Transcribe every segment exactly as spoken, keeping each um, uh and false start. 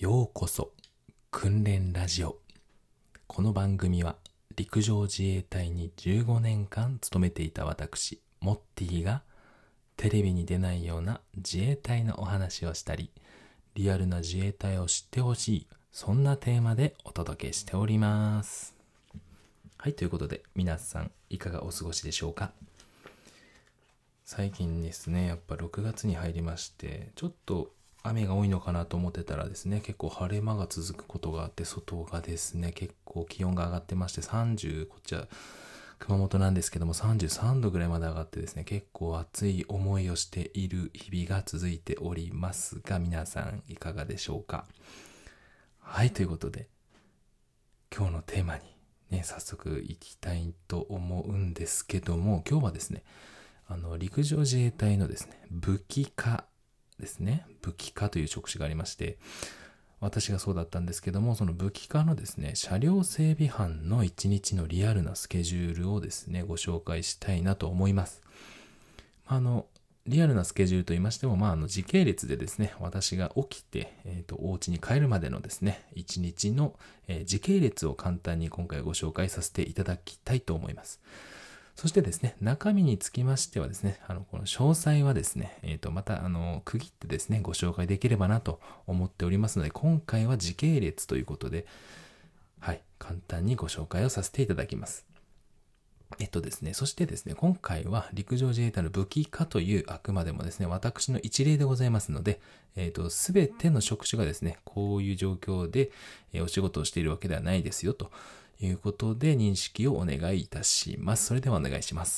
ようこそ訓練ラジオ。この番組は陸上自衛隊にじゅうごねんかん勤めていた私モッティがテレビに出ないような自衛隊のお話をしたり、リアルな自衛隊を知ってほしい、そんなテーマでお届けしております。はい、ということで皆さんいかがお過ごしでしょうか。最近ですね、やっぱろくがつに入りまして、ちょっと雨が多いのかなと思ってたらですね、結構晴れ間が続くことがあって、外がですね、結構気温が上がってまして、さんじゅう、こっちは熊本なんですけども、さんじゅうさんどぐらいまで上がってですね、結構暑い思いをしている日々が続いておりますが、皆さんいかがでしょうか。はい、ということで、今日のテーマにね、早速行きたいと思うんですけども、今日はですね、あの陸上自衛隊のですね、武器科ですね、武器科という職種がありまして、私がそうだったんですけども、その武器科のですね、車両整備班の一日のリアルなスケジュールをですね、ご紹介したいなと思います。あのリアルなスケジュールと言いましても、まあ、あの時系列でですね、私が起きて、えーと、お家に帰るまでのですね、一日の、えー、時系列を簡単に今回ご紹介させていただきたいと思います。そしてですね、中身につきましてはですね、あのこの詳細はですね、えーと、またあの区切ってですね、ご紹介できればなと思っておりますので、今回は時系列ということで、はい、簡単にご紹介をさせていただきます。えっとですね、そしてですね、今回は陸上自衛隊の武器科というあくまでもですね、私の一例でございますので、えっと、すべての職種がですね、こういう状況で、えー、お仕事をしているわけではないですよということで認識をお願いいたします。それではお願いします。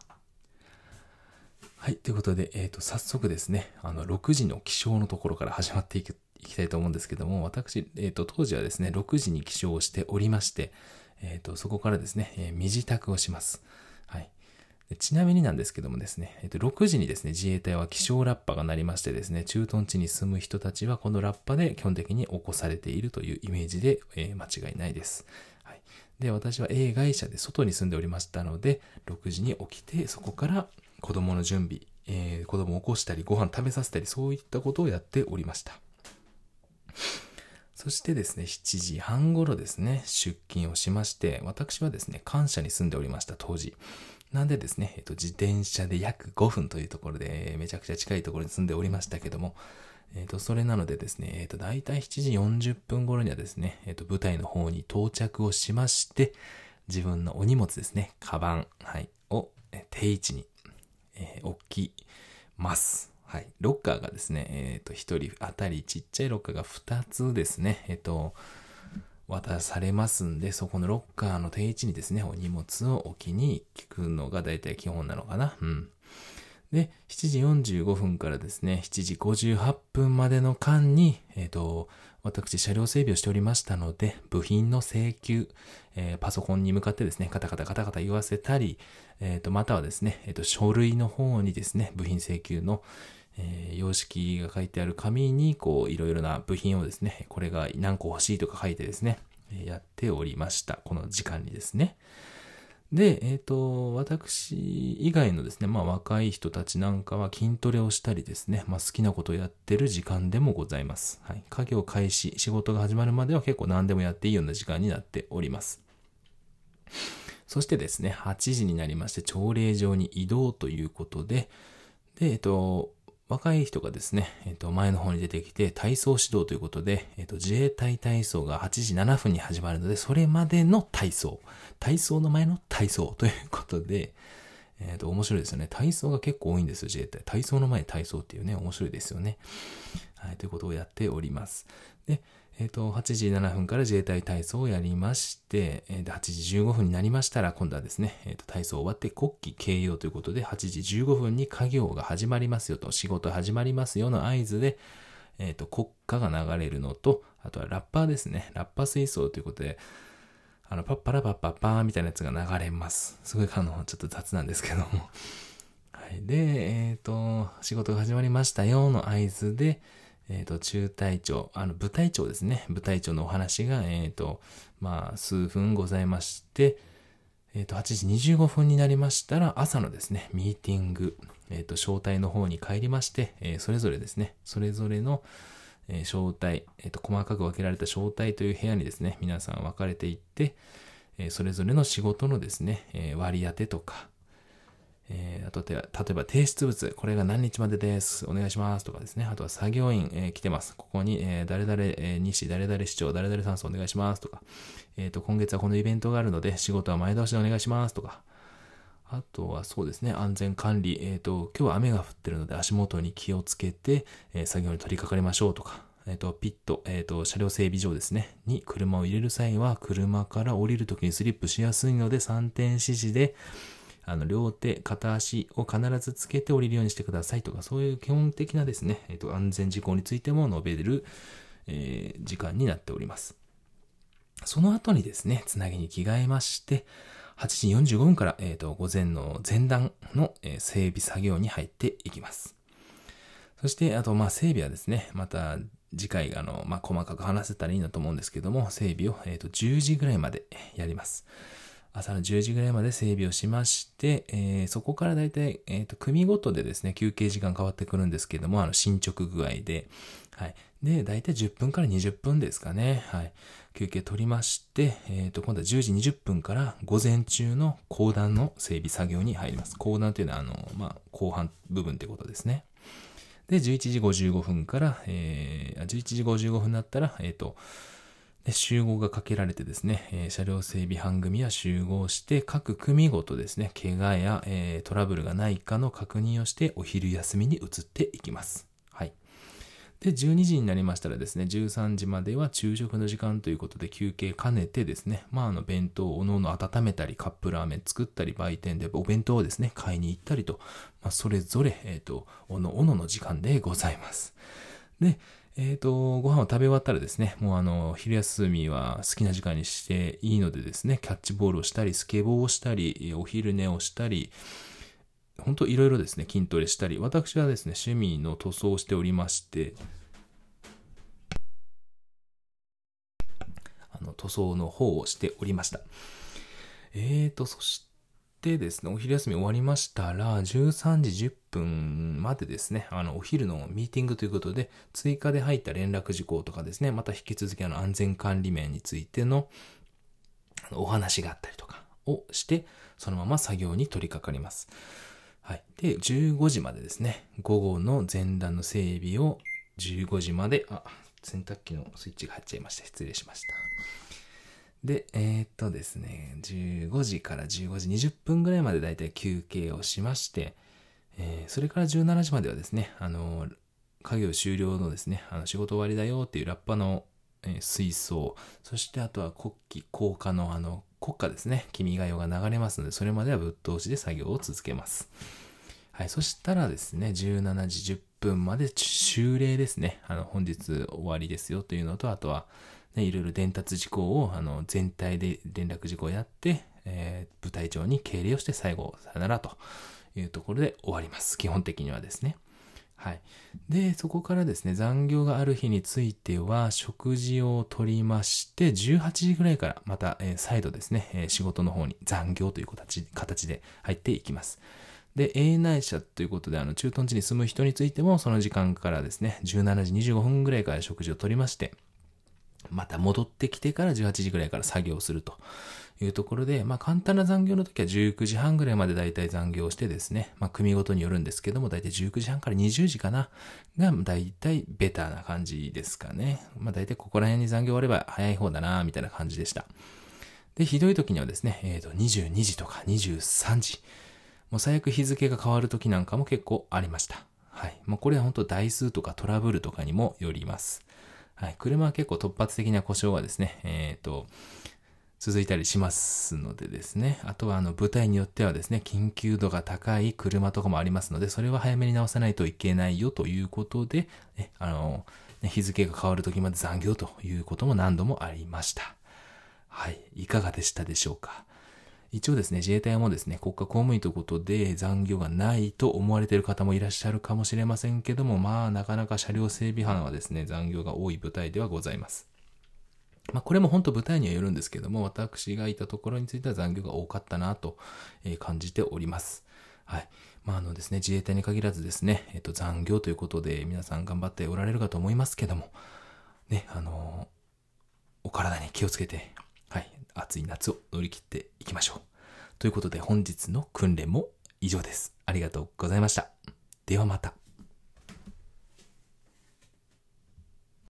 はい、ということで、えっと、早速ですね、あの、ろくじの起床のところから始まっていく、いきたいと思うんですけども、私、えっと、当時はですね、ろくじに起床しておりまして、えっと、そこからですね、えー、身支度をします。はい。でちなみになんですけどもですね、えっと、ろくじにですね、自衛隊は起床ラッパが鳴りましてですね、駐屯地に住む人たちはこのラッパで基本的に起こされているというイメージで、えー、間違いないです。はい。で、私は A 会社で外に住んでおりましたので、ろくじに起きて、そこから子供の準備、えー、子供を起こしたり、ご飯食べさせたり、そういったことをやっておりました。そしてですね、しちじはん頃ですね、出勤をしまして、私はですね、官舎に住んでおりました、当時。なんでですね、えっと、自転車で約ごふんというところで、めちゃくちゃ近いところに住んでおりましたけども、えっと、それなのでですね、えっと、だいたいしちじよんじゅっぷん頃にはですね、えっと、部隊の方に到着をしまして、自分のお荷物ですね、カバン、はい、を定位置に、えー、置きます。はい。ロッカーがですね、えっと、ひとり当たりちっちゃいロッカーがふたつですね、えっと、渡されますんで、そこのロッカーの定位置にですね、お荷物を置きに行くのが大体基本なのかな。うん。で、しちじよんじゅうごふんからですね、しちじごじゅうはっぷんまでの間に、えっと、私、車両整備をしておりましたので、部品の請求、えー、パソコンに向かってですね、カタカタカタカタ言わせたり、えっと、またはですね、えっと、書類の方にですね、部品請求の、えー、様式が書いてある紙に、こう、いろいろな部品をですね、これが何個欲しいとか書いてですね、やっておりました。この時間にですね。で、えっと、私以外のですね、まあ若い人たちなんかは筋トレをしたりですね、まあ好きなことをやってる時間でもございます。はい。作業開始、仕事が始まるまでは結構何でもやっていいような時間になっております。そしてですね、はちじになりまして、朝礼場に移動ということで、で、えっと、若い人がですね、えっと、前の方に出てきて、体操指導ということで、えっと、自衛隊体操がはちじななふんに始まるので、それまでの体操。体操の前の体操ということで、えっと、面白いですよね。体操が結構多いんですよ、自衛隊。体操の前に体操っていうね、面白いですよね。はい、ということをやっております。で、えっと、はちじななふんから自衛隊体操をやりまして、はちじじゅうごふんになりましたら、今度はですね、えっと、体操終わって国旗掲揚ということで、はちじじゅうごふんに家業が始まりますよと、仕事始まりますよの合図で、えっと、国歌が流れるのと、あとはラッパーですね。ラッパ吹奏ということで、あの、パッパラパッパッパーみたいなやつが流れます。すごい、あの、ちょっと雑なんですけども。はい。で、えっと、仕事が始まりましたよの合図で、えっと、中隊長、あの、部隊長ですね。部隊長のお話が、えっと、まあ、数分ございまして、えっと、はちじにじゅうごふんになりましたら、朝のですね、ミーティング、えっと、招待の方に帰りまして、えー、それぞれですね、それぞれの、 えー、小隊、えっと、細かく分けられた小隊という部屋にですね、皆さん分かれていって、えー、それぞれの仕事のですね、えー、割り当てとか、えー、あとて、例えば提出物、これが何日までです、お願いしますとかですね、あとは作業員、えー、来てます。ここに、えー、誰々、えー、西、誰々市長、誰々酸素お願いしますとか、えっと、今月はこのイベントがあるので、仕事は前倒しでお願いしますとか、あとはそうですね、安全管理、えっと、今日は雨が降ってるので足元に気をつけて、えー、作業に取り掛かりましょうとか、えっと、ピット、えっと、車両整備場ですね、に車を入れる際は、車から降りるときにスリップしやすいので、さんてん指示で、あの、両手、片足を必ずつけて降りるようにしてくださいとか、そういう基本的なですね、えっと、安全事項についても述べる、えー、時間になっております。その後にですね、つなぎに着替えまして、はちじよんじゅうごふんから、えっと、午前の前段の、えー、整備作業に入っていきます。そして、あと、まあ、整備はですね、また、次回、あの、まあ、細かく話せたらいいなと思うんですけども、整備を、えっと、じゅうじぐらいまでやります。朝のじゅうじぐらいまで整備をしまして、えー、そこからだいたい、えっと、組ごとでですね、休憩時間変わってくるんですけども、あの、進捗具合で、はい。で、だいたいじゅっぷんからにじゅっぷんですかね。はい。休憩取りまして、えっと、今度はじゅうじにじゅっぷんから午前中の後段の整備作業に入ります。後段というのは、あの、まあ、後半部分ってことですね。で、じゅういちじごじゅうごふんから、えー、じゅういちじごじゅうごふんになったら、えっと、集合がかけられてですね、えー、車両整備班組は集合して、各組ごとですね、怪我や、えー、トラブルがないかの確認をして、お昼休みに移っていきます。はい。で、じゅうにじになりましたらですね、じゅうさんじまでは昼食の時間ということで休憩兼ねてですね、まあ、あの、弁当をおのおの温めたり、カップラーメン作ったり、売店でお弁当をですね、買いに行ったりと、まあ、それぞれ、えっと、おのおのの時間でございます。で、えっと、ご飯を食べ終わったらですね、もうあの、昼休みは好きな時間にしていいのでですね、キャッチボールをしたり、スケボーをしたり、お昼寝をしたり、本当いろいろですね、筋トレしたり、私はですね、趣味の塗装をしておりまして、あの、塗装の方をしておりました。えーと、そして、でですね、お昼休み終わりましたら、じゅうさんじじゅっぷんまでですね、あの、お昼のミーティングということで、追加で入った連絡事項とかですね、また引き続きあの、安全管理面についてのお話があったりとかをして、そのまま作業に取り掛かります。はい。で、じゅうごじまでですね、午後の前段の整備をじゅうごじまで、あ、洗濯機のスイッチが入っちゃいました。失礼しました。で、えー、っとですね、じゅうごじからじゅうごじにじゅっぷんぐらいまでだいたい休憩をしまして、えー、それからじゅうしちじまではですね、あの、作業終了のですね、あの仕事終わりだよっていうラッパの、えー、水槽、そしてあとは国旗、効果のあの、国歌ですね、君が代が流れますので、それまではぶっ通しで作業を続けます。はい、そしたらですね、じゅうしちじじゅっぷんまで終例ですね、あの、本日終わりですよというのと、あとは、ね、いろいろ伝達事項をあの全体で連絡事項をやって、えー、部隊長に敬礼をして最後さよならというところで終わります。基本的にはですね。はい。で、そこからですね、残業がある日については食事をとりまして、じゅうはちじぐらいからまた、えー、再度ですね、えー、仕事の方に残業という形形で入っていきます。で、営内者ということで、あの、駐屯地に住む人についても、その時間からですね、じゅうしちじにじゅうごふんぐらいから食事をとりまして、また戻ってきてからじゅうはちじぐらいから作業するというところで、まあ簡単な残業の時はじゅうくじはんぐらいまでだいたい残業してですね、まあ組ごとによるんですけども、だいたいじゅうくじはんからにじゅうじかながだいたいベターな感じですかね。まあだいたいここら辺に残業終われば早い方だなみたいな感じでした。で、ひどい時にはですね、えっとにじゅうにじとかにじゅうさんじ、もう最悪日付が変わる時なんかも結構ありました。はい。もうこれは本当台数とかトラブルとかにもよります。はい。車は結構突発的な故障がですね、えっと、続いたりしますのでですね。あとはあの部隊によってはですね、緊急度が高い車とかもありますので、それは早めに直さないといけないよということで、ね、あの、ね、日付が変わる時まで残業ということも何度もありました。はい。いかがでしたでしょうか。一応ですね、自衛隊もですね、国家公務員ということで残業がないと思われている方もいらっしゃるかもしれませんけども、まあ、なかなか車両整備班はですね、残業が多い部隊ではございます。まあ、これも本当部隊にはよるんですけども、私がいたところについては残業が多かったなと感じております。はい。 まああのですね、自衛隊に限らずですね、えっと残業ということで皆さん頑張っておられるかと思いますけども、ね、あの、お体に気をつけて、はい、暑い夏を乗り切っていきましょう。ということで本日の訓練も以上です。ありがとうございました。ではまた。